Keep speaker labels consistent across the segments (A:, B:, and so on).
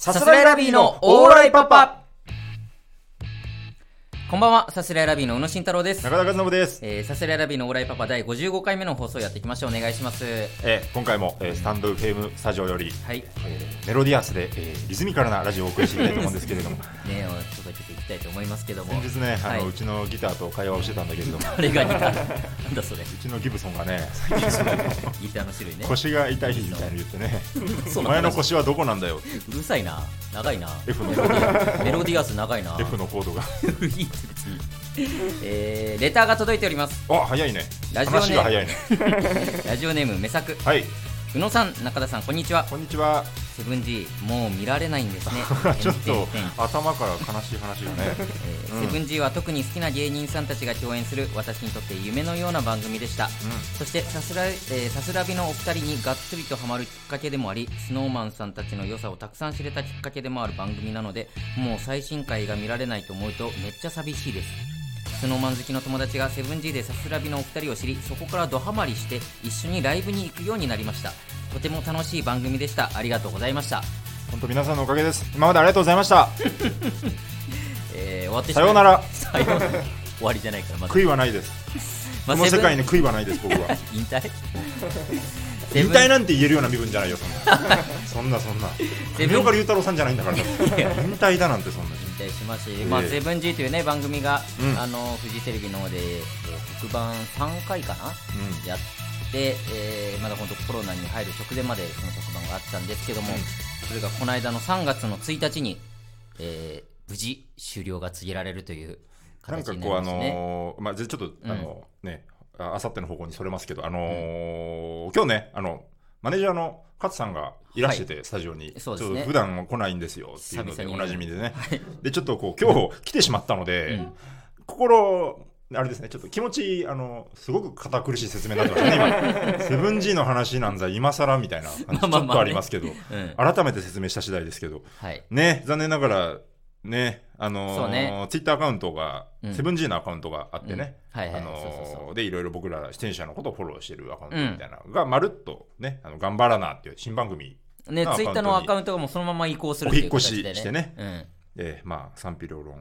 A: さすらいラビーのオーライパパ。こんばんは、さすらいラビーの宇野慎太郎です。
B: 中田和信です。
A: さすらいラビーのオーライパパ第55回目の放送をやっていきましょう。お願いします。
B: 今回も、スタンド FM スタジオより、
A: はい、
B: メロディアスで、リズミカルなラジオをお送りしていきたいと思うんですけれども
A: ねえ、届けていきたいと思いますけども、
B: 先日ね、
A: はい、
B: うちのギターと会話をしてたんだけれども、
A: あれがギターなんだそれ。
B: うちのギブソンがね
A: ギターの種類ね、
B: 腰が痛いみたいに言ってね
A: お
B: 前の腰はどこなんだよって。
A: うるさいな、長いな
B: F の
A: メロディアス長いな
B: F のコードが
A: いいって別に。レターが届いております。
B: あ、早いね。
A: ラジオネーム
B: 話が早いね
A: ラジオネームめさく。
B: はい、
A: 宇野さん、中田さん、こんにちは。
B: こんにちは。
A: セブン G もう見られないんですね
B: ちょっと頭から悲しい話がね、
A: セブン G は特に好きな芸人さんたちが共演する私にとって夢のような番組でした、そしてさすらびのお二人にがっつりとハマるきっかけでもあり、スノーマンさんたちの良さをたくさん知れたきっかけでもある番組なので、もう最新回が見られないと思うとめっちゃ寂しいです。スノーマン好きの友達がセブン G でさすらびのお二人を知り、そこからドハマりして一緒にライブに行くようになりました。とても楽しい番組でした。ありがとうございました。
B: 本当皆さんのおかげです。今までありがとうございました
A: 終わってしまいました。
B: さようなら。
A: さようなら。終わりじゃないから、まだ
B: 悔いはないです、この世界に悔いはないです僕は
A: 引退
B: 引退なんて言えるような身分じゃないよ、そんな上岡龍太郎さんじゃないんだから引退だなんてそんな。
A: 引退しますし、セブン G というね番組が、フジテレビの方で、特番3回かな、やってまだ本当コロナに入る直前までその特番があったんですけども、それがこの間の3月の1日に、無事終了が告げられるという形になりますね。
B: ちょっとあさっての方向にそれますけど、今日ねマネージャーの勝さんがいらしてて、スタジオに、
A: そうですね、
B: ちょっと普段は来ないんですよっていうのでおなじみでね、でちょっと今日来てしまったので、あれですね、ちょっと気持ちすごく堅苦しい説明になってましたね今セブン G の話なんざ今更みたいな感じちょっとありますけど、改めて説明した次第ですけど、ね、残念ながらね、ツイッターアカウントが、セブン G のアカウントがあってね、でいろいろ僕ら出演者のことをフォローしてるアカウントみたいなのがまるっとね、頑張らなっていう新番組
A: ね、ツイッターのアカウントがもうそのまま移行するっていう形でね、
B: お引っ越ししてね、賛否両論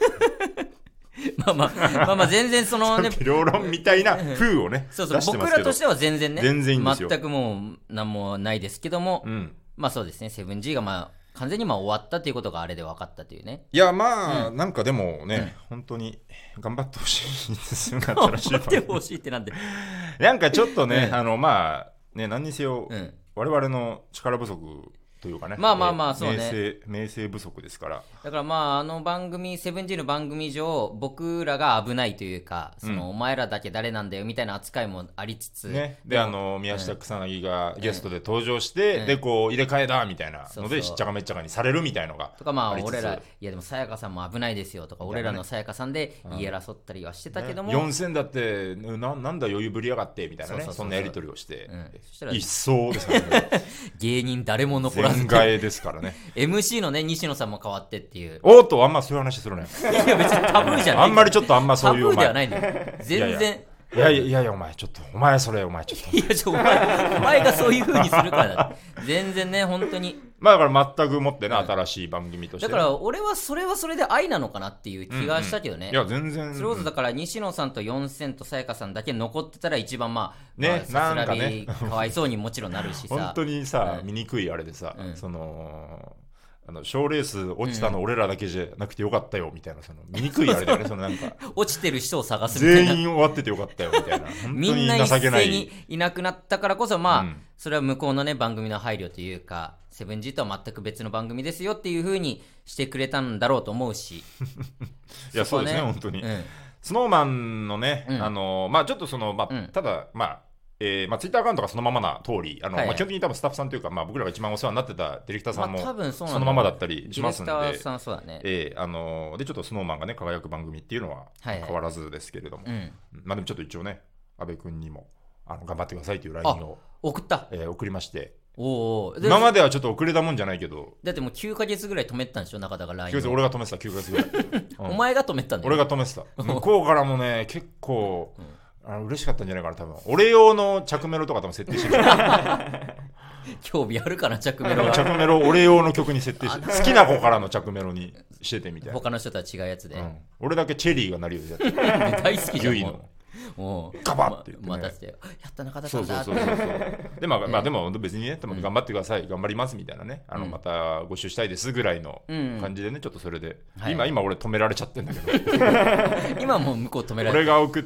A: 全然そのね、
B: 賛否両論みたいな風をね
A: そう僕らとしては全然ね、
B: 全然いいんですよ。
A: 全くもう何もないですけども、そうですね、セブン G が完全に終わったということがあれで分かったというね。
B: いやなんかでもね、本当に頑張ってほしいですよ。
A: 頑張ってほしいってなんで
B: なんかちょっとね、何にせよ、我々の力不足というかね、
A: そうね、
B: 名声不足ですから。
A: だから番組セブン G の番組上、僕らが危ないというか、お前らだけ誰なんだよみたいな扱いもありつつ、
B: ね、で宮下草薙がゲストで登場して、でこう入れ替えだみたいなのでしっちゃかめっちゃかにされるみたいのが
A: とか、俺らいやでもさやかさんも危ないですよとか、俺らのさやかさんで言い争ったりはしてたけども、
B: 4戦だってなんだ余裕ぶりやがってみたいなね、そんなやり取りをして、一層ですからね
A: 芸人誰も残らず
B: 全替えですからね
A: MC のね西野さんも変わってっていう。
B: おっと、あんまそういう話するね。
A: いや別にタブーじゃない、
B: あんまりちょっとあんまそういう
A: タブーではないんだよ全然。
B: いやお前ちょっとお前ちょっと
A: いやお前がそういう風にするからだ全然ね、本当に
B: だから全くもってね、新しい番組として、
A: だから俺はそれはそれで愛なのかなっていう気がしたけどね、
B: いや全然
A: それこそだから西野さんと四千とさやかさんだけ残ってたら一番さすらびかわいそうにもちろんなるしさ
B: 本当にさ、醜いあれでさ、賞レース落ちたの俺らだけじゃなくてよかったよみたいな、その醜いあれだよねなんか
A: 落ちてる人を探すみたいな、
B: 全員終わっててよかったよみたいな
A: みんな一斉にいなくなったからこそそれは向こうのね番組の配慮というか、セブン G とは全く別の番組ですよっていう風にしてくれたんだろうと思うし
B: いやそうですね本当に、スノーマンのね、ちょっとただツイッターアカウントがそのままな通り、基本的に多分スタッフさんというか、僕らが一番お世話になってたディレクターさんもそのままだったりしますので、
A: ディレクターさんそうだね、
B: でちょっとスノーマンがね輝く番組っていうのは変わらずですけれども、でもちょっと一応ね、阿部君にも頑張ってくださいという LINE を
A: 送った、
B: 送りまして、
A: 今
B: まではちょっと遅れたもんじゃないけど、
A: だってもう9ヶ月ぐらい止めてたんでしょ、中田が LINE を。
B: 俺が止めてた、9ヶ月ぐらい
A: お前が止めてたんだよ、
B: 俺が止めてた向こうからもね結構嬉しかったんじゃないかな多分。俺用の着メロとか多分設定してる
A: 興味あるかな着メロは。
B: 着メロ俺用の曲に設定して好きな子からの着メロにしててみたいな。
A: 他の人とは違うやつで、
B: 俺だけチェリーが鳴るようにやって
A: 大好きじゃん。
B: ユイの
A: もう
B: ガバッて言って、ね、
A: 待たせてやった中田さ
B: そうんそうそうそうで、まあでも別にね頑張ってください、頑張りますみたいなね、またご一緒したいですぐらいの感じでね、ちょっとそれで、今俺止められちゃってんだけど
A: 今もう向こう止められて、
B: 俺が送って、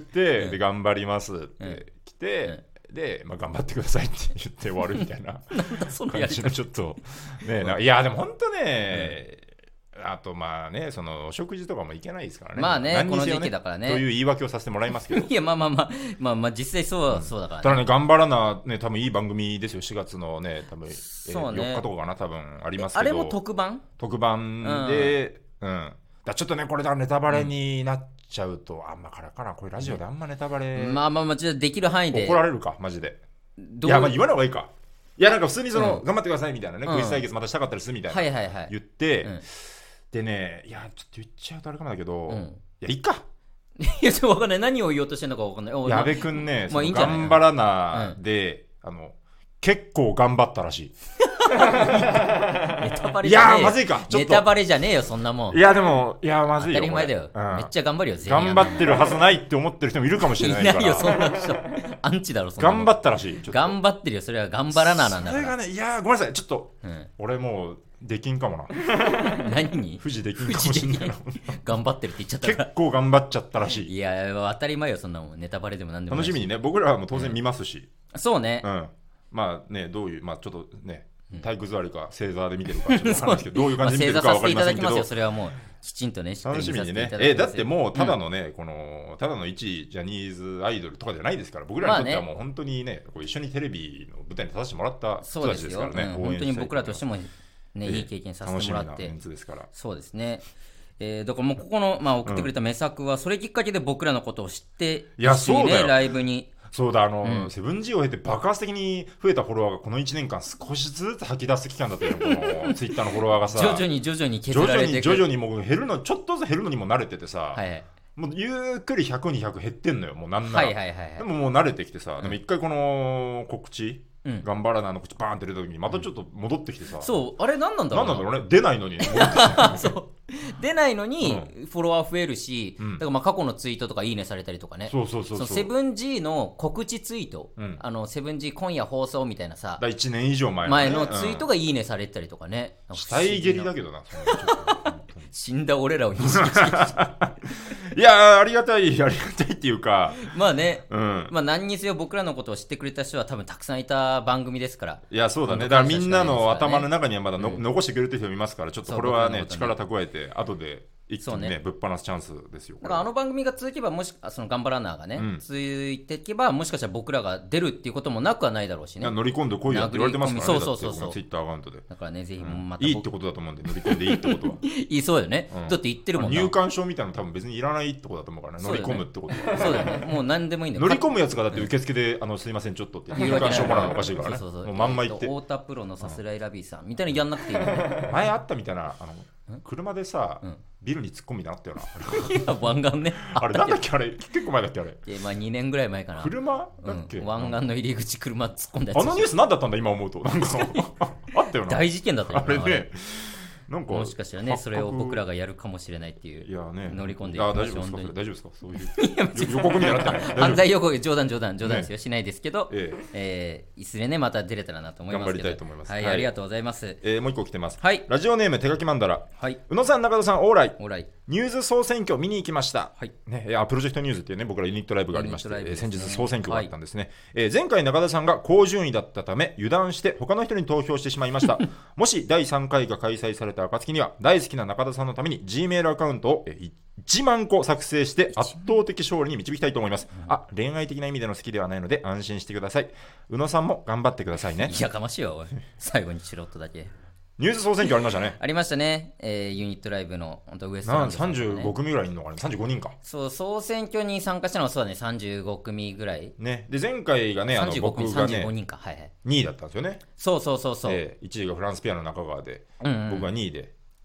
B: で頑張りますって来て、で、頑張ってくださいって言って終わるみたいな感じのちょっとね、いやでも本当ね、あとまあね、そのお食事とかも行けないですからね。
A: まあね、この時期だからね。
B: という言い訳をさせてもらいますけど。
A: いや、まあ、実際そうだからね。
B: ただね、頑張らな、ね、多分いい番組ですよ、4月のね、多分、4日とかかな、多分ありますけど。
A: あれも特番
B: で、だちょっとね、これだネタバレになっちゃうと、あんまからかな、これラジオであんまネタバレ。
A: まあ、じゃあできる範囲で。
B: 怒られるか、マジで。いや、まあ言わない方がいいか。いや、なんか普通に頑張ってくださいみたいなね、クイズ対決またしたかったですみたいな。言って、でね、いやちょっと言っちゃうとあれかもだけど、いやいいか
A: いやちょっと分かんない、何を言おうとしてるのか分かんない。
B: 矢部くんね、頑張らなで、結構頑張ったらしい。
A: ネタバレ
B: じゃねえよ。いやまずいか、
A: ネタバレじゃねえよそんなもん。
B: いやでもまずいよ、
A: 当たり前だよ、めっちゃ頑張るよ全員。
B: 頑張ってるはずないって思ってる人もいるかもしれないから。
A: いないよそんな人、アンチだろそんな。
B: 頑張ったらしい。
A: 頑張ってるよ、それは頑張らななんだから。
B: それがね、いやごめんなさい、ちょっと俺もうできんかもな。
A: 何に
B: 富士できんかもしれないな。
A: 頑張ってるって言っちゃったから。
B: 結構頑張っちゃったらしい。
A: いや当たり前よそんなもん、ネタバレでも何でもないし。
B: 楽しみにね、僕らはもう当然見ますし。
A: そうね。
B: まあね、どういう、まあちょっとね、体育座りか正座で見てるかちょっと分かんないですけど、どういう感じで見てるか分かりませんけど、
A: それはもうきちんとね、
B: 楽しみにね。だってもうただのね、ただの一ジャニーズアイドルとかじゃないですから、僕らにとってはもう本当にね、一緒にテレビの舞台に立たせてもらった人たちですからね。
A: 本当に僕らとしてもね、いい経験させてもらって、
B: 楽しみなメンツですから。
A: そうですね。だからもうここの送ってくれた名作はそれきっかけで僕らのことを知って一緒にね、ライブに。
B: そうだ、セブンジーを経て爆発的に増えたフォロワーがこの1年間少しずつ吐き出す期間だったよ、このツイッターのフォロワーがさ
A: 徐々に削られて
B: 徐々にもう減るの、ちょっとずつ減るのにも慣れててさ、もうゆっくり100、200減ってんのよ、もうなんなら。でももう慣れてきてさ、でも一回この告知、頑張らないの口バーンって出た時にまたちょっと戻ってきてさ、
A: そうあれ何なんだろ
B: うね、出ないのに
A: そう出ないのにフォロワー増えるし、だからまあ過去のツイートとかいいねされたりとかね、
B: そう
A: セブン G の告知ツイート、セブン G 今夜放送みたいなさ、
B: 1年以上前
A: のツイートがいいねされたりとかね、
B: 死体蹴りだけどな
A: 死んだ俺らを認識して
B: いやありがたいっていうか、
A: まあね、まあ何にせよ僕らのことを知ってくれた人は多分たくさんいた番組ですから。
B: いやそうだね、だからみんなの頭の中にはまだ残してくれてる人もいますから、ちょっとこれはね力蓄えて後で一気にねぶっ放すチャンスですよ。
A: だから番組が続けば、もしその頑張らながね、続いていけば、もしかしたら僕らが出るっていうこともなくはないだろうしね。
B: 乗り込んでこいよって言われてますからね。
A: そう
B: ツイッターアカウントで。
A: だからね、ぜひまた
B: いいってことだと思うんで、乗り込んでいいってことは。
A: いいそうよね。だって言ってるもんな。
B: 入館証みたいなの多分別にいらないってことだと思うからね。乗り込むってことは。
A: そうだよね。もう何でもいいんだよ。
B: 乗り込むやつがだって受付ですいませんちょっとって入館証もらうのおかしいからね。もうまんま言って。
A: 太田プロのさすらいラビーさんみたいにやんなくていいのね。
B: 前あったみたいな車でさ、ビルに突っ込みになったよな。
A: いや湾岸ね。
B: あれなんだっけ、あれ結構前だっけあれ。
A: まあ2年ぐらい前かな。
B: 車だっけ。
A: 湾岸の入り口車突っ込んだやつ。
B: あのニュース何だったんだ今思うと。なんかあったよな。
A: 大事件だったよな。
B: あれね。なんか
A: もしかしたらね、それを僕らがやるかもしれないっていう。
B: いやね。
A: 乗り込んで
B: 大丈夫ですかそういう予告みたいになってない。
A: 犯罪予告、冗談ですよ。しないですけど、いずれねまた出れたらなと思いますけど。
B: 頑張りたいと思います。
A: はい、ありがとうございます。
B: もう一個来てます。
A: はい。
B: ラジオネーム手書きマンダラ。
A: はい。
B: 宇野さん、中田さん、オーライ。
A: オーライ。
B: ニュース総選挙見に行きました。
A: はい。
B: ね、プロジェクトニュースっていうね、僕らユニットライブがありまして、先日総選挙があったんですね。前回中田さんが高順位だったため、油断して他の人に投票してしまいました。もし第3回が開催された暁には、大好きな中田さんのために Gmail アカウントを1万個作成して圧倒的勝利に導きたいと思います。恋愛的な意味での好きではないので安心してください。宇野さんも頑張ってくださいね。
A: いやかましいよ、最後にチロッとだけ。
B: ニュース総選挙ありましたね。
A: ありましたね。ユニットライブの本当ウエストランドさん、ね、
B: 35組ぐらいいるのかな、35人か。
A: そう、総選挙に参加したのはそうだね、35組ぐらい。
B: ね、で前回がね、僕がね、
A: 35人か、はいはい、
B: 2位だったんですよね。
A: そう。
B: 1位がフランスペアの中川で、僕が2位で。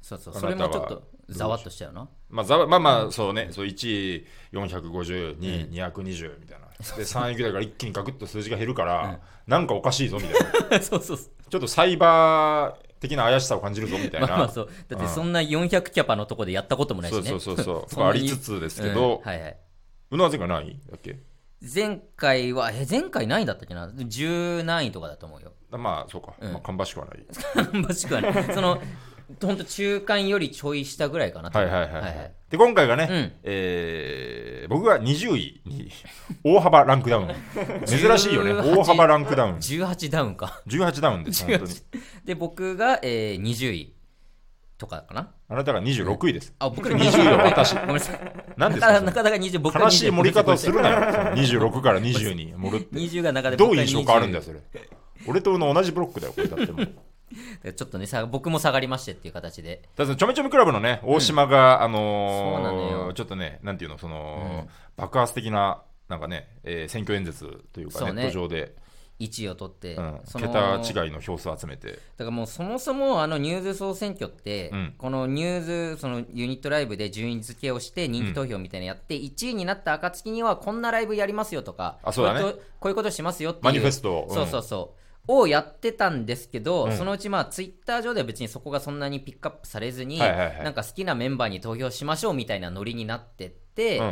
A: そうそう、それもちょっとざわっとしちゃうな。
B: まあそうね、そう1位450、2位220みたいな、で3位ぐらいから一気にガクッと数字が減るから、なんかおかしいぞみたいな
A: そうそうそう、
B: ちょっとサイバー的な怪しさを感じるぞみたいな。
A: まあそうだってそんな400キャパのとこでやったこともないしね。
B: そうありつつですけど、
A: はいはい。
B: 宇野は前回何位だっけ？
A: 前回何位だったっけな、10何位とかだと思うよ。
B: まあそうか、まあ、芳しくはない。
A: 芳しくはない。その本当中間よりちょい下ぐらいかな。
B: はい。で今回がね、僕が20位に大幅ランクダウン。珍しいよね。大幅ランクダウン。
A: 18ダウンか。
B: 18ダウンです本当に。
A: で僕が、20位とかかな。
B: あなたが26位です。
A: あ、僕ら
B: 20位は私。
A: ごめんなさい。
B: 何ですか？
A: 中田が20、僕が20。
B: 悲しい盛り方をするなよ。26から20に盛るって。
A: 20が中で
B: どう印象変わるんだよそれ。俺と同じブロックだよこれだってもう。
A: ちょっとね僕も下がりましてっていう形で。
B: だからちょめちょめクラブのね大島が、
A: そうなのよ。
B: ちょっとねなんていうの爆発的ななんかね、選挙演説というかネット上で
A: 1位を取って、
B: 桁違いの票数を集めて、だ
A: からもうそもそもニューズ総選挙って、このニューズそのユニットライブで順位付けをして人気投票みたいなのやって、1位になった暁にはこんなライブやりますよとか、
B: そうだね、
A: こういうことしますよっていう
B: マニフェスト、
A: そうをやってたんですけど、そのうちツイッター上では別にそこがそんなにピックアップされずに、なんか好きなメンバーに投票しましょうみたいなノリになってって、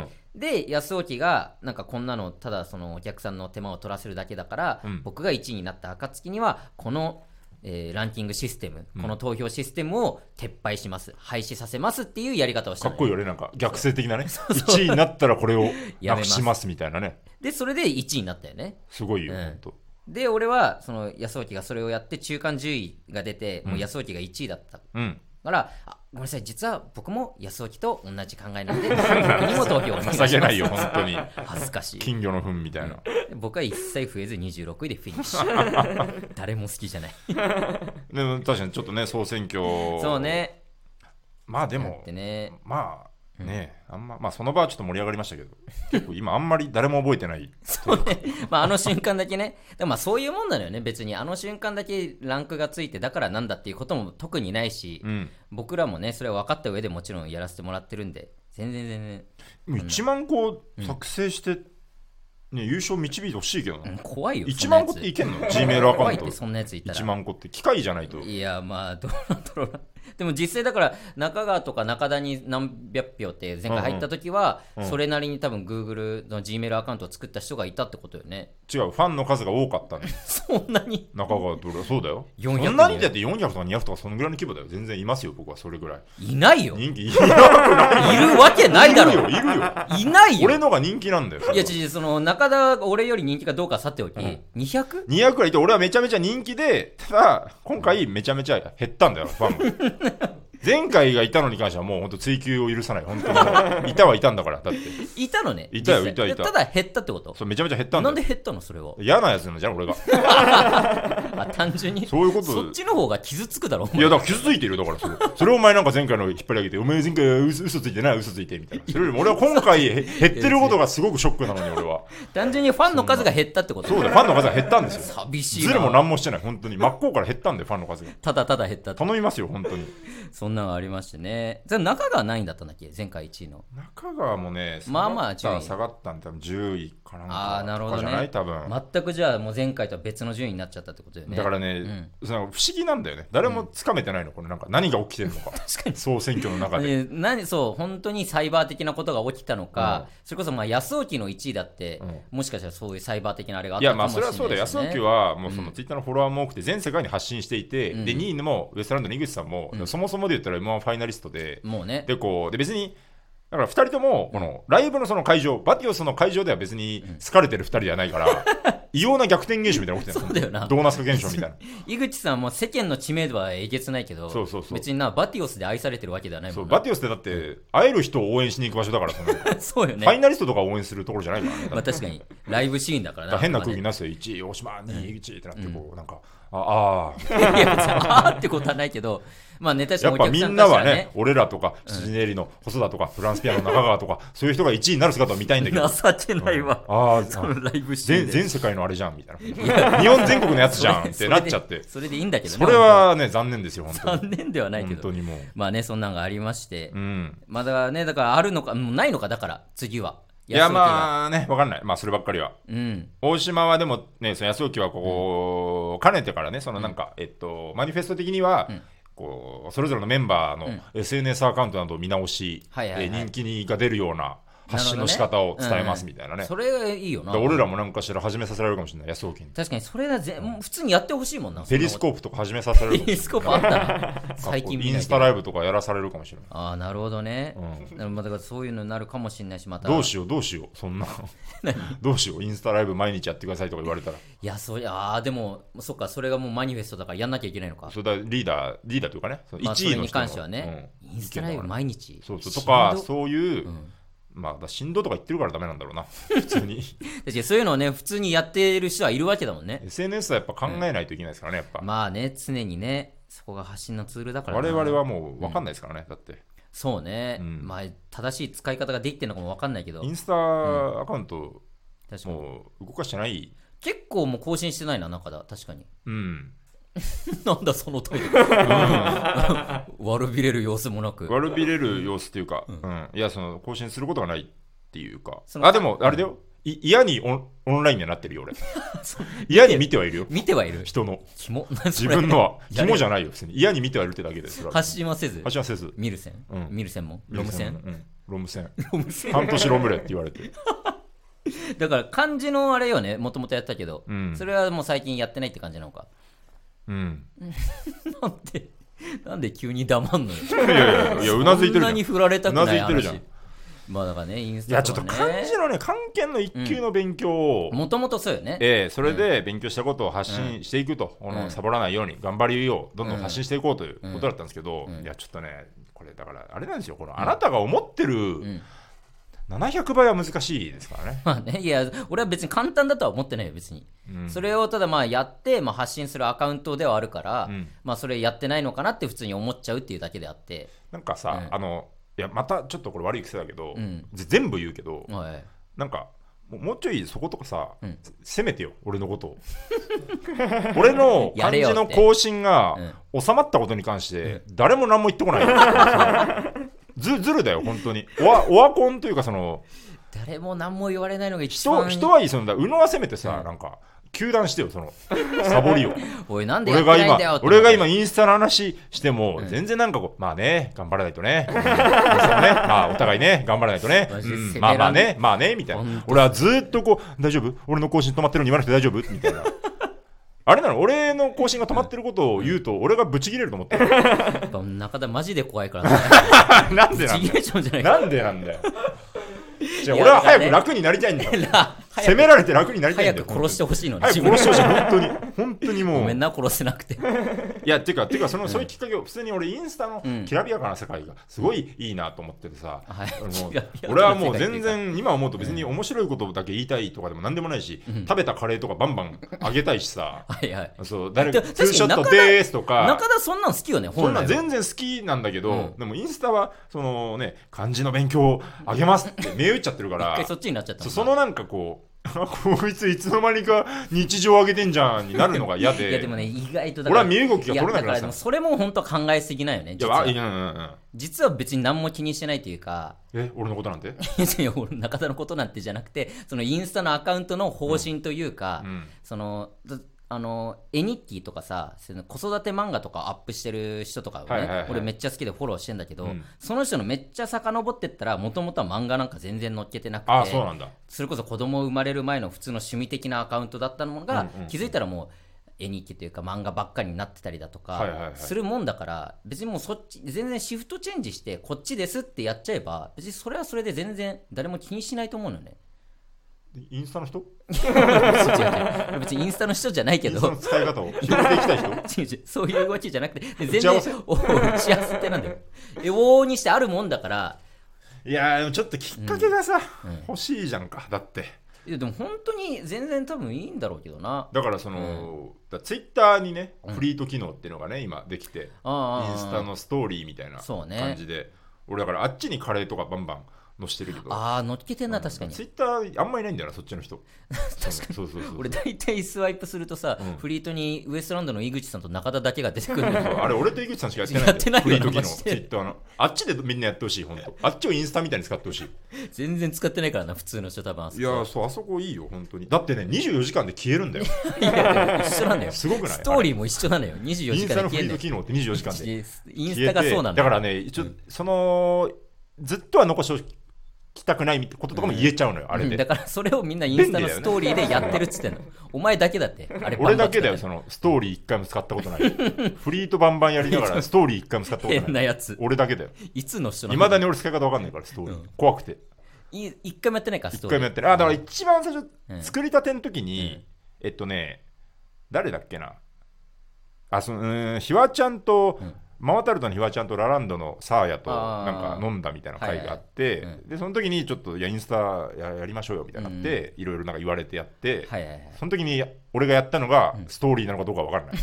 A: で安沖がなんかこんなのただそのお客さんの手間を取らせるだけだから、僕が1位になった暁にはこの、ランキングシステム、この投票システムを撤廃します、廃止させますっていうやり方をした、
B: かっこいいよね、なんか逆性的なね1位になったらこれをなくしますみたいなね。
A: でそれで1位になったよね。
B: すごいよ、本当。
A: で俺はその安沖がそれをやって中間10位が出て、もう安沖が1位だった、からごめんなさい、実は僕も安沖と同じ考えなんで僕にも投票をお願いします。
B: 情けないよ本当に。
A: 恥ずかしい。
B: 金魚の糞みたいな。
A: 僕は一切増えず26位でフィニッシュ誰も好きじゃない
B: でも確かにちょっとね総選挙、
A: そうね、
B: まあでも
A: ね、
B: まあね、あんまその場はちょっと盛り上がりましたけど結構今あんまり誰も覚えてない
A: そうね、あの瞬間だけね。でもそういうもんなのよね。別にあの瞬間だけランクがついてだからなんだっていうことも特にないし、僕らもねそれは分かった上でもちろんやらせてもらってるんで、全然
B: 1万個作成して、優勝導いてほしいけどな、
A: 怖いよ。
B: 1万個っていけんの？ G メールアカウント
A: そんなやついたら
B: 1万個って機械じゃないと。
A: いやまあどうなんだろうな。でも実際だから中川とか中田に何百票って前回入った時は、それなりに多分 Google の G メールアカウントを作った人がいたってことよね。
B: 違う、ファンの数が多かったね
A: そんなに
B: 中川とそうだよ。
A: 400
B: そんなにだって400とか200とかそのぐらいの規模だよ。全然いますよ僕は。それぐらい
A: いないよ。
B: 人気いなくない？
A: いるわけないだろ。
B: いるよ
A: いないよ。
B: 俺のが人気なんだよ。
A: いやその中田が俺より人気かどうかさておき、200
B: くらいいて、俺はめちゃめちゃ人気で、ただ今回めちゃめちゃ減ったんだよファンが前回がいたのに関してはもう本当追求を許さない。本当にいたはいたんだから。だって
A: いたのね。
B: いたよいた。
A: ただ減ったってこと？
B: そう、めちゃめちゃ減ったんだよ。
A: なんで減ったのそれは。
B: 嫌なやつなんじゃん俺が
A: 単純に
B: そういうこと。
A: そっちの方が傷つくだろ。
B: いやだから傷ついてるよ。だからそれをお前なんか前回の引っ張り上げて、お前前回は嘘ついてない嘘ついてみたいな。それよりも俺は今回減ってることがすごくショックなのに俺は
A: 単純にファンの数が減ったってこと？
B: そうだよ、ファンの数が減ったんですよ。
A: 寂しいな。
B: ズルも何もしてない。本当に真っ向から減ったんでファンの数が
A: ただ減った。
B: 頼みますよ本当に。
A: そんなのありましてね。中川何位だったんだっけ前回1位の。
B: 中川もね
A: まあ順位
B: 下がったんで多分10位かなん
A: か
B: とかじゃない？多分
A: 全くじゃあもう前回とは別の順位になっちゃったってことよね。
B: だからね、その不思議なんだよね。誰もつかめてないのこれ。なんか何が起きてるのか
A: 確かに
B: 総選挙の中で
A: そう本当にサイバー的なことが起きたのか、それこそ安沖の1位だって、もしかしたらそういうサイバー的なあれがあったかもしれないですね。
B: いやそれはそうだよ。安沖はもうそのツイッターのフォロワーも多くて全世界に発信していて、で2位もウエストランドの井口さんも、そもそもで言ったら M1 ファイナリストで、
A: もうね、
B: で別にだから2人ともこのライブのその会場、バティオスの会場では別に好かれてる2人ではないから異様な逆転現象みたいなの起きてる。
A: そうだよな。
B: ドーナツ化現象みたいな
A: 井口さんも世間の知名度はえげつないけど、別にバティオスで愛されてるわけではないもんな。
B: バティオスってだって会える人を応援しに行く場所だから
A: そうよね。
B: ファイナリストとか応援するところじゃないからね。
A: 確かにライブシーンだからな。
B: 変な空気になって1位大島2位井口ってなってこう、なんか
A: いや別にあーってことはないけど、まあね、確かにお
B: やっぱみ
A: 客さんとしては
B: んなはね、俺らとかシジネリの細田とかフランスピアノの中川とかそういう人が1位になる姿を見たいんだけど、
A: 情けないわ、そのライブシーンで
B: 全世界のあれじゃんみたいな、日本全国のやつじゃんってなっちゃって、
A: それでいいんだけどね、
B: それはね残念ですよ本当に。
A: 残念ではないけど、
B: 本当にもう
A: まあね、そんなんがありまして、
B: うん
A: まだね、だからあるのかもうないのか、だから次は。
B: いやまあね分かんない、まあそればっかりは。
A: うん
B: 大島はでもね、その安沖はこう、かねてからね、そのなんか、マニフェスト的には、こうそれぞれのメンバーの SNS アカウントなどを見直し、人気が出るような発信の仕方を伝えますみたいなね。
A: それいいよな。
B: 俺らもなんかしら始めさせられるかもしれない、安沖に。
A: 確かにそれだ普通にやってほしいもんな。
B: ペリスコープとか始めさせられるかもしれない。
A: ペリスコープあったな最近見ないけど
B: インスタライブとかやらされるかもしれない。
A: ああなるほどね、まあだからそういうのになるかもしれないし、また
B: どうしようそんなどうしよう、インスタライブ毎日やってくださいとか言われたら。
A: いやそりゃでもそっか、それがもうマニフェストだからやんなきゃいけないのか。
B: それだリーダーというかね、その
A: まあ、
B: 1位の人の
A: それに関してはね、インスタライブ毎日
B: そうとかそういう、まあ振動とか言ってるからダメなんだろうな普通に
A: 確かにそういうのをね普通にやってる人はいるわけだもんね。
B: SNS はやっぱ考えないといけないですからね、やっぱ
A: まあね、常にねそこが発信のツールだからな。
B: 我々はもう分かんないですからね、だって
A: そうね、まあ正しい使い方ができてるのかも分かんないけど、
B: インスタアカウント、
A: 確かに
B: もう動かしてない。
A: 結構もう更新してないな、中だ確かになんだそのトイレ悪びれる様子もなく。
B: 悪びれる様子っていうか、いやその更新することがないっていうか、でもあれだよ、嫌にオンラインになってるよ俺嫌に見てはいるよ、
A: 見てはいる
B: 人の
A: キモ
B: 自分のはキモじゃないよ、普通に嫌に見てはいるってだけです。
A: 発信はせず見る線、見る線もロム線、
B: ロム線半年ロムレって言われて
A: だから漢字のあれよね、もともとやったけど、それはもう最近やってないって感じなのか。なんで急に黙んのよ。
B: いやうなずいてるじゃん。
A: そんなに振られたくない話。
B: うなずいてるじゃん。
A: まあだからね、インスタとかね。
B: いやちょっと漢字のね、漢検の1級の勉強を
A: もともとそうよね。
B: それで勉強したことを発信していくと、サボらないように頑張りよう、どんどん発信していこうということだったんですけど、いやちょっとね、これだからあれなんですよ、このあなたが思ってる700倍は難しいですからね。
A: まあね、いや俺は別に簡単だとは思ってないよ別に、それをただまあやって、発信するアカウントではあるから、まあそれやってないのかなって普通に思っちゃうっていうだけであって、
B: なんかさ、いやまたちょっとこれ悪い癖だけど、全部言うけど、なんかもうちょいそことかさ、責めてよ俺のことを俺の漢字の更新が収まったことに関して誰も何も言ってこないずるだよ本当に。オワコンというか、その
A: 誰も何も言われないのが一番
B: 人はいい。その宇野はせめてさ、なんか糾弾してよ、そのサボりを
A: おいなんでやってないんだよって。
B: 俺が今インスタの話しても、全然なんかこうまあね頑張らないとねまあお互いね頑張らないとね、まあねみたいな。俺はずっとこう大丈夫、俺の更新止まってるのに言わなくて大丈夫みたいなあれなの、俺の更新が止まってることを言うと俺がブチ切れると思ってる
A: 中田マジで怖いからね
B: なんでなんだよ俺は早く楽になりたいんだよ責められて楽になりたいんだよ。
A: 早く殺してほしいのに。
B: 早く殺してほしい本当にもう
A: ごめんな殺せなくて
B: いやてかそういうきっかけを普通に俺インスタのきらびやかな世界がすごいいいなと思っててさ、俺はもう全然今思うと別に面白いことだけ言いたいとかでも何でもないし、食べたカレーとかバンバンあげたいしさそう誰かツーショットでーすとか。
A: 中田そんなん好きよね。
B: そんなん全然好きなんだけど、でもインスタはそのね漢字の勉強をあげますって銘打っちゃってるから
A: 一回そっちになっちゃった。
B: そのなんかこいついつの間にか日常上げてんじゃんになるのが嫌で
A: いやでもね意外と
B: 俺は身動きが取れなくなってた。
A: だからそれも本当は考えすぎないよね。実は別に何も気にしてないというか、
B: 俺のことなんて
A: 俺中田のことなんてじゃなくて、そのインスタのアカウントの方針というか、その絵日記とかさ、子育て漫画とかアップしてる人とかをね、俺めっちゃ好きでフォローしてんだけど、その人のめっちゃ遡ってったらもともとは漫画なんか全然載っけてなくて、
B: そうなんだ。
A: それこそ子供生まれる前の普通の趣味的なアカウントだったのが、気づいたらもう絵日記というか漫画ばっかりになってたりだとかするもんだから、別にもうそっち全然シフトチェンジしてこっちですってやっちゃえば、別にそれはそれで全然誰も気にしないと思うのね。
B: インスタの人
A: 別にインスタの人じゃないけど、
B: インスタの使い方を広げていきたい人
A: そういうわけじゃなくて、全然打ち合わせってなんだよ往々にしてあるもんだから。
B: いやちょっときっかけがさ、欲しいじゃんか。だって
A: いやでも本当に全然多分いいんだろうけどな。
B: だからその、ツイッターにねフリート機能っていうのがね今できて、インスタのストーリーみたいな感じで、俺だからあっちにカレーとかバンバン載してるけど、
A: 載っけてんな、確かに。
B: ツイッターあんまいないんだよな、そっちの人。
A: 確かに。そう俺大体スワイプするとさ、フリートにウエストランドの井口さんと中田だけが出てくる
B: あれ俺と井口さんしかやってないんだよ。
A: やってないよ
B: フリート機能ツイッターのあっちでみんなやってほしい。本当あっちをインスタみたいに使ってほしい。
A: 全然使ってないからな、普通の人多分。
B: いやそう、あそこいいよ本当に。だってね24時間で消えるんだよ。
A: いや一緒なんだよ。
B: すごくない？
A: ストーリーも一緒なのよ。24時間で消える。インスタのフリー
B: ト機能って24時間で
A: インスタがそうなんだよ。
B: だからねそのずっとは残しておきたくないみたいなこととかも言えちゃうのよ、あれで。
A: だからそれをみんなインスタのストーリーでやってるっつってんの。お前だけだって。あれ
B: 俺だけだよ、そのストーリー一回も使ったことない。フリートバンバンやりながらストーリー一回も使ったことない。
A: 変なやつ。
B: 俺だけだよ。
A: いつの人なの？
B: いまだに俺使い方わかんないから、ストーリー。怖くて。
A: 一回もやってないか、ストーリー。
B: 一回もやってない。だから一番最初、作りたての時に、誰だっけな。ひわちゃんと、ママタルトのひわちゃんとラランドのサーヤとなんか飲んだみたいな会があって、でその時にちょっとインスタ やりましょうよみたいになって、いろいろなんか言われてやって、その時に俺がやったのがストーリーなのかどうか分からない。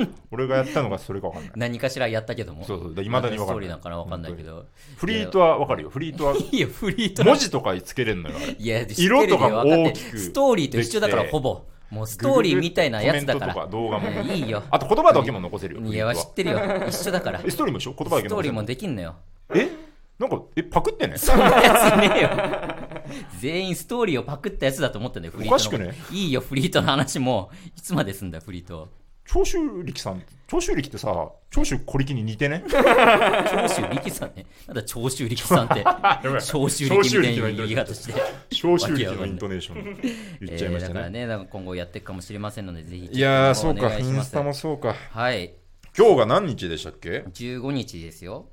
B: 俺がやったのがそれか分からない。
A: 何かしらやったけども、
B: そういまだに分からない。ストーリ
A: ーなんかな分かんないけど、
B: フリートは分かるよ。フリートは
A: いやフリート
B: 文字とかつけれるのよ。
A: いや
B: 色とかも大きく、
A: ストーリーと一緒だからほぼ。もうストーリーみたいなやつだから。
B: コメントとか動画も
A: いいよ。
B: あと言葉だけも残せるよ。
A: いや知ってるよ。一緒だから。
B: ストーリーも一緒。言葉だけ残せる。
A: ストーリーもできんのよ。
B: なんかパクってね。
A: そんなやついねえよ。全員ストーリーをパクったやつだと思ってんだよ。フリートの。
B: おかしくね。
A: いいよフリートの話もいつまですんだフリート。
B: 長州力さん、長州力ってさ、長州小力に似てね。
A: 長州力さんね。なんだ長州力さんって。長州力みたいな言い方して。
B: 長州力のイントネーション言っちゃいましたね。
A: だからね、なんか今後やっていくかもしれませんので、ぜひ。
B: いやー、そうか、インスタもそうか。
A: はい。
B: 今日が何日でしたっけ
A: ？15日ですよ。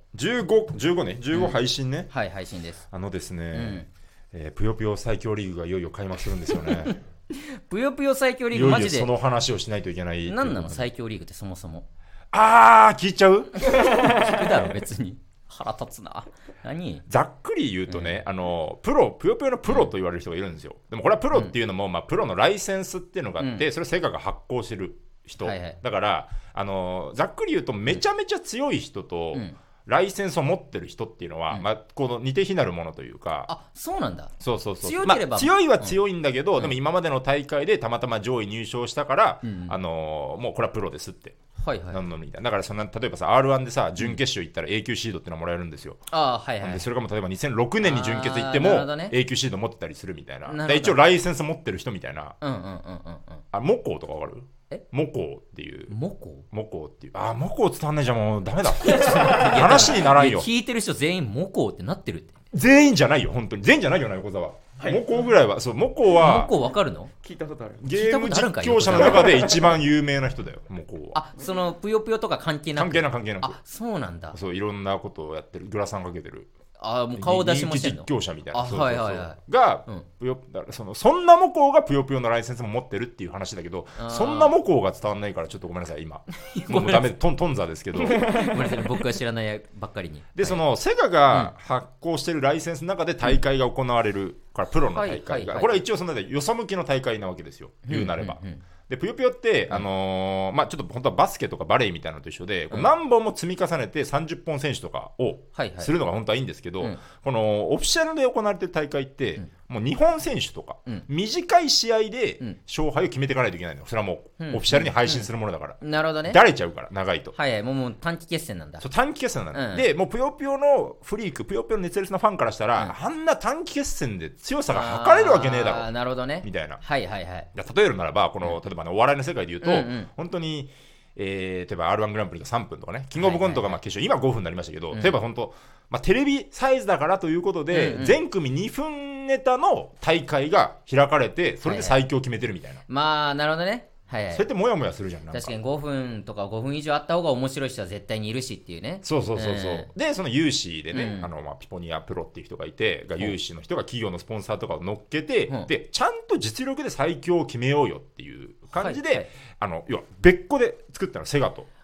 B: 15ね。15配信ね。
A: はい、配信です。
B: ですね、ぷよぷよ最強リーグがいよいよ開幕するんですよね。
A: ぷよぷよ最強リーグマジで。
B: いよいよその話をしないといけない。
A: 何なの最強リーグってそもそも。
B: 聞いちゃう？
A: 聞くだろ別に。腹立つな。何？
B: ざっくり言うとね、ぷよぷよのプロと言われる人がいるんですよ。でもこれはプロっていうのも、プロのライセンスっていうのがあって、それセガが発行してる人、だからざっくり言うとめちゃめちゃ強い人と、ライセンスを持ってる人っていうのは、この似て非なるものというか。
A: そうなんだ。
B: そう
A: 強ければ、
B: 強いは強いんだけど、でも今までの大会でたまたま上位入賞したから、もうこれはプロですってなんのみたいな。だから例えばさ R1 でさ準決勝行ったら A 級シードってのもらえるんですよ。でそれがもう例えば2006年に準決行っても A 級シード持ってたりするみたいな。一応ライセンス持ってる人みたいな。モコウとかわかる？モコウっていう。モコウっていう。モコウ伝わんないじゃん、もうダメだ。話にならんよ。
A: 聞いてる人全員モコウってなってるって。
B: 全員じゃないよ、本当に。全員じゃないよな、横澤。モコウぐらいは、そう、モコウは。
A: モコウわかるの？
C: 聞いたことある。
B: ゲーム実況者の中で一番有名な人だよ、モコウは。
A: そのぷよぷよとか関係なく。
B: 関係なく。
A: そうなんだ。
B: そう、いろんなことをやってる。グラサンかけてる。
A: もう顔出しもしてんの？
B: 人気実況者みたいな。
A: が、
B: そんなモコウがぷよぷよのライセンスも持ってるっていう話だけど、そんなモコウが伝わんないからちょっとごめんなさい、今。もうダメ、トンザですけど。ごめんな
A: さい、僕が知らないばっかりに。
B: で、そのセガが発行してるライセンスの中で大会が行われるから、プロの大会が。これは一応そのよそ向きの大会なわけですよ、言うなれば。でぷよぷよって、ちょっと本当はバスケとかバレーみたいなのと一緒で、何本も積み重ねて30本選手とかをするのが本当はいいんですけど、このオフィシャルで行われてる大会って、もう日本選手とか、短い試合で勝敗を決めていかないといけないの。それはもうオフィシャルに配信するものだから。
A: なるほどね。
B: だれちゃうから、長いと。
A: もう短期決戦なんだ。
B: そう、短期決戦なんだ。で、もうぷよぷよのフリーク、ぷよぷよの熱烈なファンからしたら、あんな短期決戦で強さが測れるわけねえだろ。
A: なるほどね。
B: みたいな。
A: 例
B: えるならば、例えばお笑いの世界で言うと、本当に、例えば R1 グランプリが3分とかね、キングオブコントが決勝、今5分になりましたけど、例えば本当、テレビサイズだからということで、全組2分ネタの大会が開かれて、それで最強を決めてるみたいな。
A: なるほどね。
B: それってモヤモヤするじゃん。
A: 確かに5分とか5分以上あった方が面白い人は絶対にいるしっていうね。
B: そう。で、その有志でね、ピポニアプロっていう人がいて、有志の人が企業のスポンサーとかを乗っけて、で、ちゃんと実力で最強を決めようよっていう感じで、要は別個で作ったの、セガと。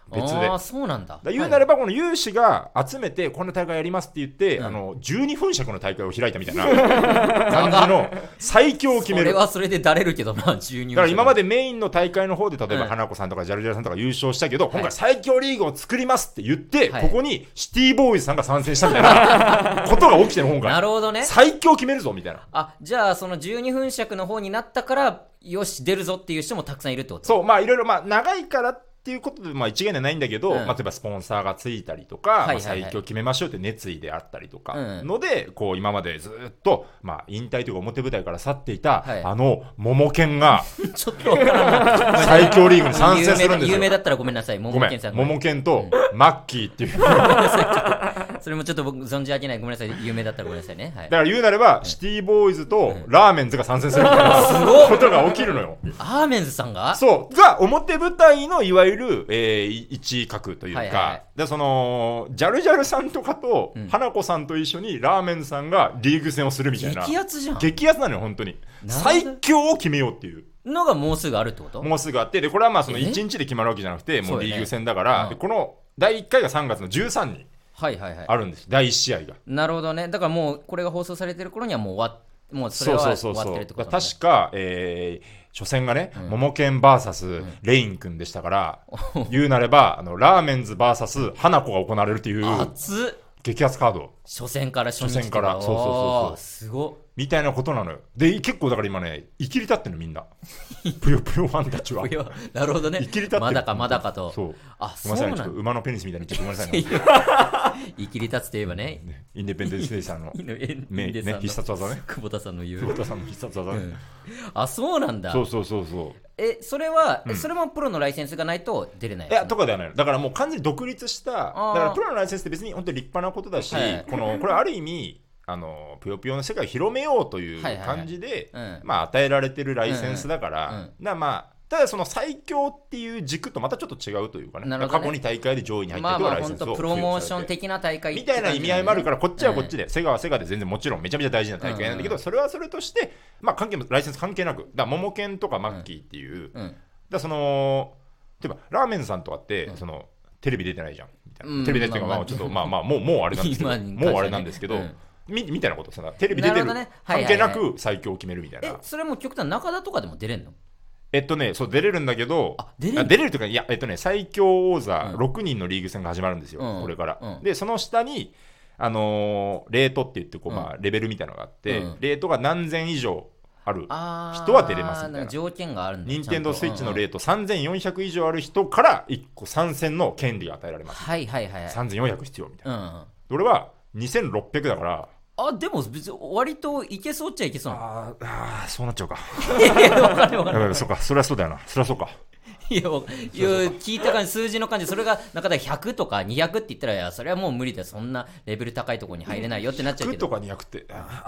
B: 別で。
A: そうなんだ。
B: 言うなればこの有志が集めてこの大会やりますって言って、12分尺の大会を開いたみたいな感じの最強を決める。
A: それはそれでだれるけどな、12分。
B: だから今までメインの大会の方で例えば花子さんとかジャルジャルさんとか優勝したけど、今回最強リーグを作りますって言って、ここにシティボーイズさんが参戦したみたいなことが起きてる今回。
A: なるほどね。
B: 最強決めるぞみたいな。
A: じゃあその12分尺の方になったからよし出るぞっていう人もたくさんいるってこと？
B: そう、まあいろいろ長いからっていうことで一概ではないんだけど、例えばスポンサーがついたりとか、最強決めましょうって熱意であったりとかので、こう今までずっと引退というか表舞台から去っていた、モモケンが
A: ちょっとわからない
B: 最強リーグに参戦するんですよ。
A: 有名だったらごめんなさい、モモケンさん。
B: モモケンとマッキーっていう
A: それもちょっと僕存じ上げない、ごめんなさい、有名だったらごめんなさいね。
B: だから言うなれば、シティボーイズとラーメンズが参戦するみたいなことが起きるのよ。
A: ラーメンズさんが
B: そうが表舞台のいわゆる、一角というか、でそのジャルジャルさんとかと、花子さんと一緒にラーメンズさんがリーグ戦をするみたいな。
A: 激アツじゃん。
B: 激アツなのよ本当に。最強を決めようっていう
A: のがもうすぐあるってこと？
B: もうすぐあって、でこれはその1日で決まるわけじゃなくて、もうリーグ戦だから、でこの第1回が3月の13日あるんです、第1試合が。
A: なるほどね。だからもうこれが放送されてる頃にはもうそれは終わってるってことだね。
B: 確か、初戦がね、モモケン VS レイン君でしたから、言うなればラーメンズ VS 花子が行われるっていう激アツカード。
A: 初戦から
B: 初戦から、そう
A: すごっ
B: みたいなことなのよ。で結構だから今ねいきり立ってるのみんなぷよぷよファンたちは。
A: なるほどね。
B: いきり立ってる。
A: まだかまだかと。
B: そう。
A: そうなんだ。
B: 馬のペニスみたいにちょっとごめんなさいね。
A: いきり立つといえばね、
B: インデペンデンス・デイさんの必殺技ね。
A: 久保田さんの言う。
B: 久保田さんの必殺技ね。
A: そうなんだ。
B: そう。
A: それは、それもプロのライセンスがないと出れない？
B: いやとかではない。だからもう完全に独立した。だからプロのライセンスって別に本当に立派なことだし、これある意味ぷよぷよの世界を広めようという感じで与えられてるライセンスだから、ただその最強っていう軸とまたちょっと違うというかね、過去に大会で上位に入ってるライセンスを
A: プロモーション的な大会
B: みたいな意味合いもあるから、こっちはこっちで、セガはセガで全然もちろんめちゃめちゃ大事な大会なんだけど、それはそれとしてライセンス関係なく、だからモモケンとかマッキーっていう、だその例えばラーメンさんとかってそのテレビ出てないじゃんみたいな、テレビ出てるのがちょっともうあれなんですけど、もうあれなんですけど。みたいなことさ、テレビ出てる関係なく最強を決めるみたいな。
A: それも極端中田とかでも出れんの？
B: そう出れるんだけど、出れるというか、いや最強王座6人のリーグ戦が始まるんですよ、これから。でその下にレートって言ってレベルみたいなのがあって、レートが何千以上ある人は出れますみたいな
A: 条件があるんだ。
B: 任天堂スイッチのレート3400以上ある人から1個参戦の権利が与えられます。3400必要みたいな。俺は2600だから。
A: でも別に割といけそうっちゃいけそうな。
B: そうなっちゃうか。
A: わかる。
B: そうか、それはそうだよな。それはそうか。
A: いや聞いた感じ、数字の感じ、それが中で100とか200って言ったら、いやそれはもう無理だよ、そんなレベル高いところに入れないよってなっちゃうけど。
B: 100とか200って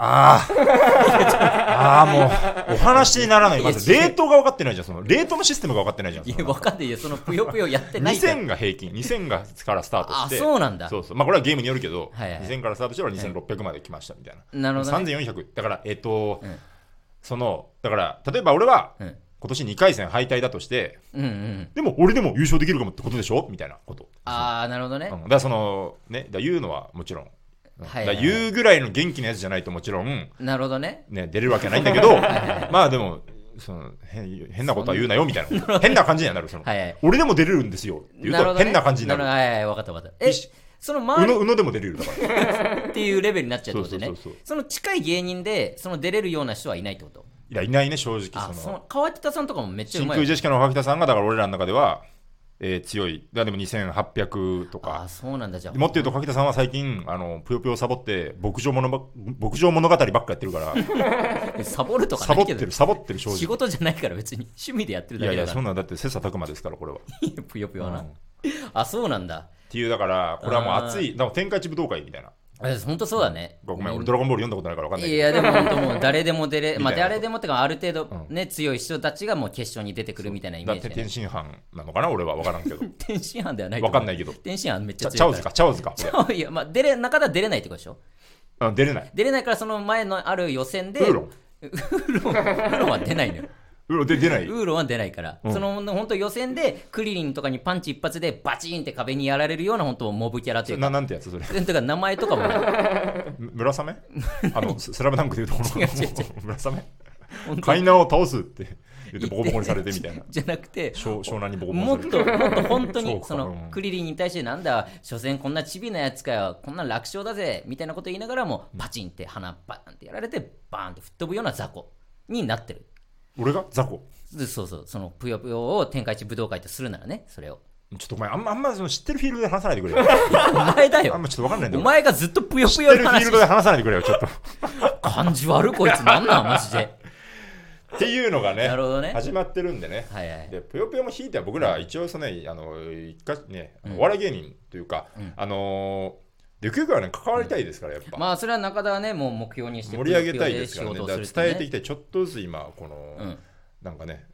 B: もうお話にならない。まずレートが分かってないじゃん。そのレートのシステムが分かってないじゃん。
A: いや分かんないよ、そのぷよぷよやってないから。
B: 2000が平均、2000がからスタートして。
A: そうなんだ。
B: そうこれはゲームによるけど、2000からスタートしてから2600まで来ましたみたいな。
A: なるほどね。
B: 3400だからだから例えば俺は今年2回戦敗退だとして、でも俺でも優勝できるかもってことでしょみたいなこと。
A: なるほどね。
B: だからそのね、言うのはもちろん、言うぐらいの元気なやつじゃないともちろん、
A: なるほどね。
B: 出れるわけないんだけど、でもその変なことは言うなよみたいな、変な感じにはなる。俺でも出れるんですよって言うと変な感じになる。
A: 分かった。その
B: 宇野でも出れるだから
A: っていうレベルになっちゃうってことね。その近い芸人でその出れるような人はいないってこと？
B: いないね、正直。
A: 川北さんとかもめっちゃうまい。
B: 真空ジェシカの川北さんがだから俺らの中では強い。でも2800とか。
A: そうなんだ。じゃあ
B: もっと言うと川北さんは最近ぷよぷよサボって牧場物語ばっかやってるから
A: サボるとかないけど、
B: サボってる正直。
A: 仕事じゃないから別に趣味でやってるだけだから。
B: いやそんなんだって切磋琢磨ですからこれは。
A: ぷよぷよな。そうなんだ
B: っていう。だからこれはもう熱い。だから天下一武道会みたいな。
A: 本当そうだね。
B: ごめん、俺ドラゴンボール読んだことないから分かんないけど。
A: いやでも本当もう誰でも出れ誰でもってかある程度ね、強い人たちがもう決勝に出てくるみたいなイメージ。
B: だって天津飯なのかな、俺は分からんけど。
A: 天津飯ではない。
B: 分かんないけど。
A: 天津飯めっちゃ強い。
B: チャオズか。
A: いや中では出れないってことでしょ。
B: 出れない
A: からその前のある予選で
B: ウーロン
A: は出ないのよ。
B: ウーロン出ない。
A: ウーロンは出ないから、その本当予選でクリリンとかにパンチ一発でバチンって壁にやられるような本当モブキャラというか。
B: なんてやつそれ。
A: だから名前とかも
B: 村雨スラムダンクでいうところの村雨
A: カ
B: イナを倒すって言ってボコボコにされてみたいな
A: じゃなくて
B: 湘南にボコボコ
A: もっと本当に
B: そ
A: のクリリンに対してなんだ所詮こんなチビなやつかよこんな楽勝だぜみたいなこと言いながらもパチンって鼻バーンってやられてバーンって吹っ飛ぶような雑魚になってる。
B: 俺が雑魚
A: でそうそのぷよぷよを天下一武道会とするならねそれを
B: ちょっとお前あんまその知ってるフィールドで話さないでくれよ
A: お前だよ
B: あんまちょっと分かんないんだよ
A: お前がずっとぷよぷよ
B: で話知ってるフィールドで話さないでくれよちょっと
A: 感じ悪こいつなんなんマジで
B: っていうのがね
A: なるほどね
B: 始まってるんでね、
A: はいはい、
B: でぷよぷよもひいては僕ら一応その一回ねお笑い芸人というか、ゆくゆくはね関わりたいですからやっぱ、
A: まあそれは中田はねもう目標にして
B: 盛り上げたいですからね、だから伝えていきたいちょっとずつ今この、なんかね、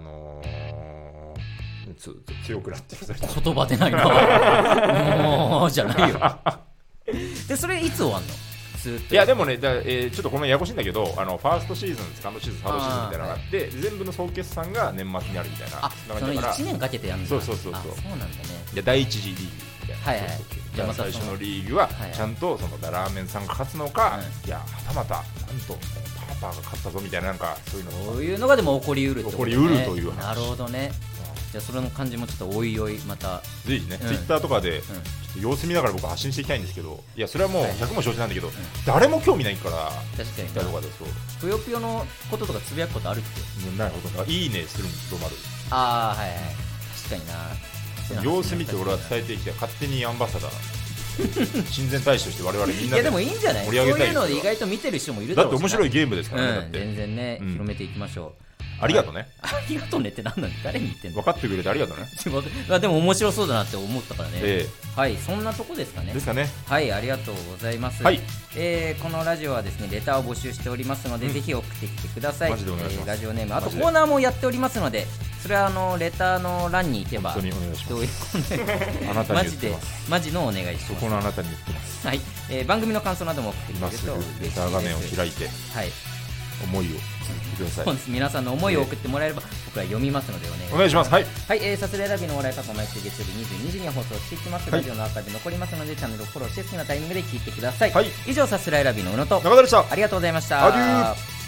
B: 強くなってる
A: 言葉出ないなもうじゃないよでそれいつ終わんの
B: いやでもねちょっとこのややこしいんだけどファーストシーズンセカンドシーズンサードシーズンみたいなのがあって、全部の総決算が年末にあるみたいな。
A: その1年かけてやるんだ。
B: そう
A: そうなんだね。
B: いや第一次リーグみたいな、
A: はいはい、
B: じゃあ最初のリーグはちゃんとそのラーメンさんが勝つのか、いやはたまたなんとパーが勝ったぞみたいな、なんか
A: そういうのがでも起こりうるってことね。
B: 起こりうるという話。
A: なるほどね。じゃあそれの感じもちょっとおいおいまた
B: ぜひね、ツイッターとかでちょっと様子見ながら僕発信していきたいんですけど、いやそれはもう100も承知なんだけど、誰も興味ないから
A: 確かに
B: とかでそう
A: ぷよぷよのこととかつぶやくことあるって
B: なるほど、いいねするんですどまる。
A: ああはいはい確かにな。
B: 様子見て俺は伝えていきたい。勝手にアンバサダー親善大使として我々みんなで
A: いやでもいいんじゃない、
B: 盛り上げたい。
A: そういうので意外と見てる人もいるだろうし、
B: だって面白いゲームですからね、だって
A: 全然ね、広めていきましょう。
B: ありがとうね。
A: ありがとうねって何なの、誰に言ってんの。
B: 分かってくれてありがとうね。
A: でも面白そうだなって思ったからね、はい、そんなとこですかね。
B: ですかね。
A: はい、ありがとうございます。
B: はい、
A: このラジオはですねレターを募集しておりますので、ぜひ送ってきてください。
B: マジでお願いします。
A: ラジオネームあとコーナーもやっておりますので、それはレターの欄に行けば
B: 本当にお願いします。
A: どういう
B: あなたに言ってます。
A: マジのお願いします。
B: そこのあなたに言ってます。
A: はい、番組の感想なども送ってくれると
B: レター画面を開いて、はい、思いをください。
A: 皆さんの思いを送ってもらえれば僕は読みますので
B: お願いします。はい、
A: はい、サスレラビの笑い過去毎週月曜日22時に放送していきます。ラジオのアーカイブ残りますのでチャンネルをフォローして好きなタイミングで聞いてください。はい、以上サスレラビの宇野と
B: 中田でした。
A: ありがとうございました。
B: アデュー。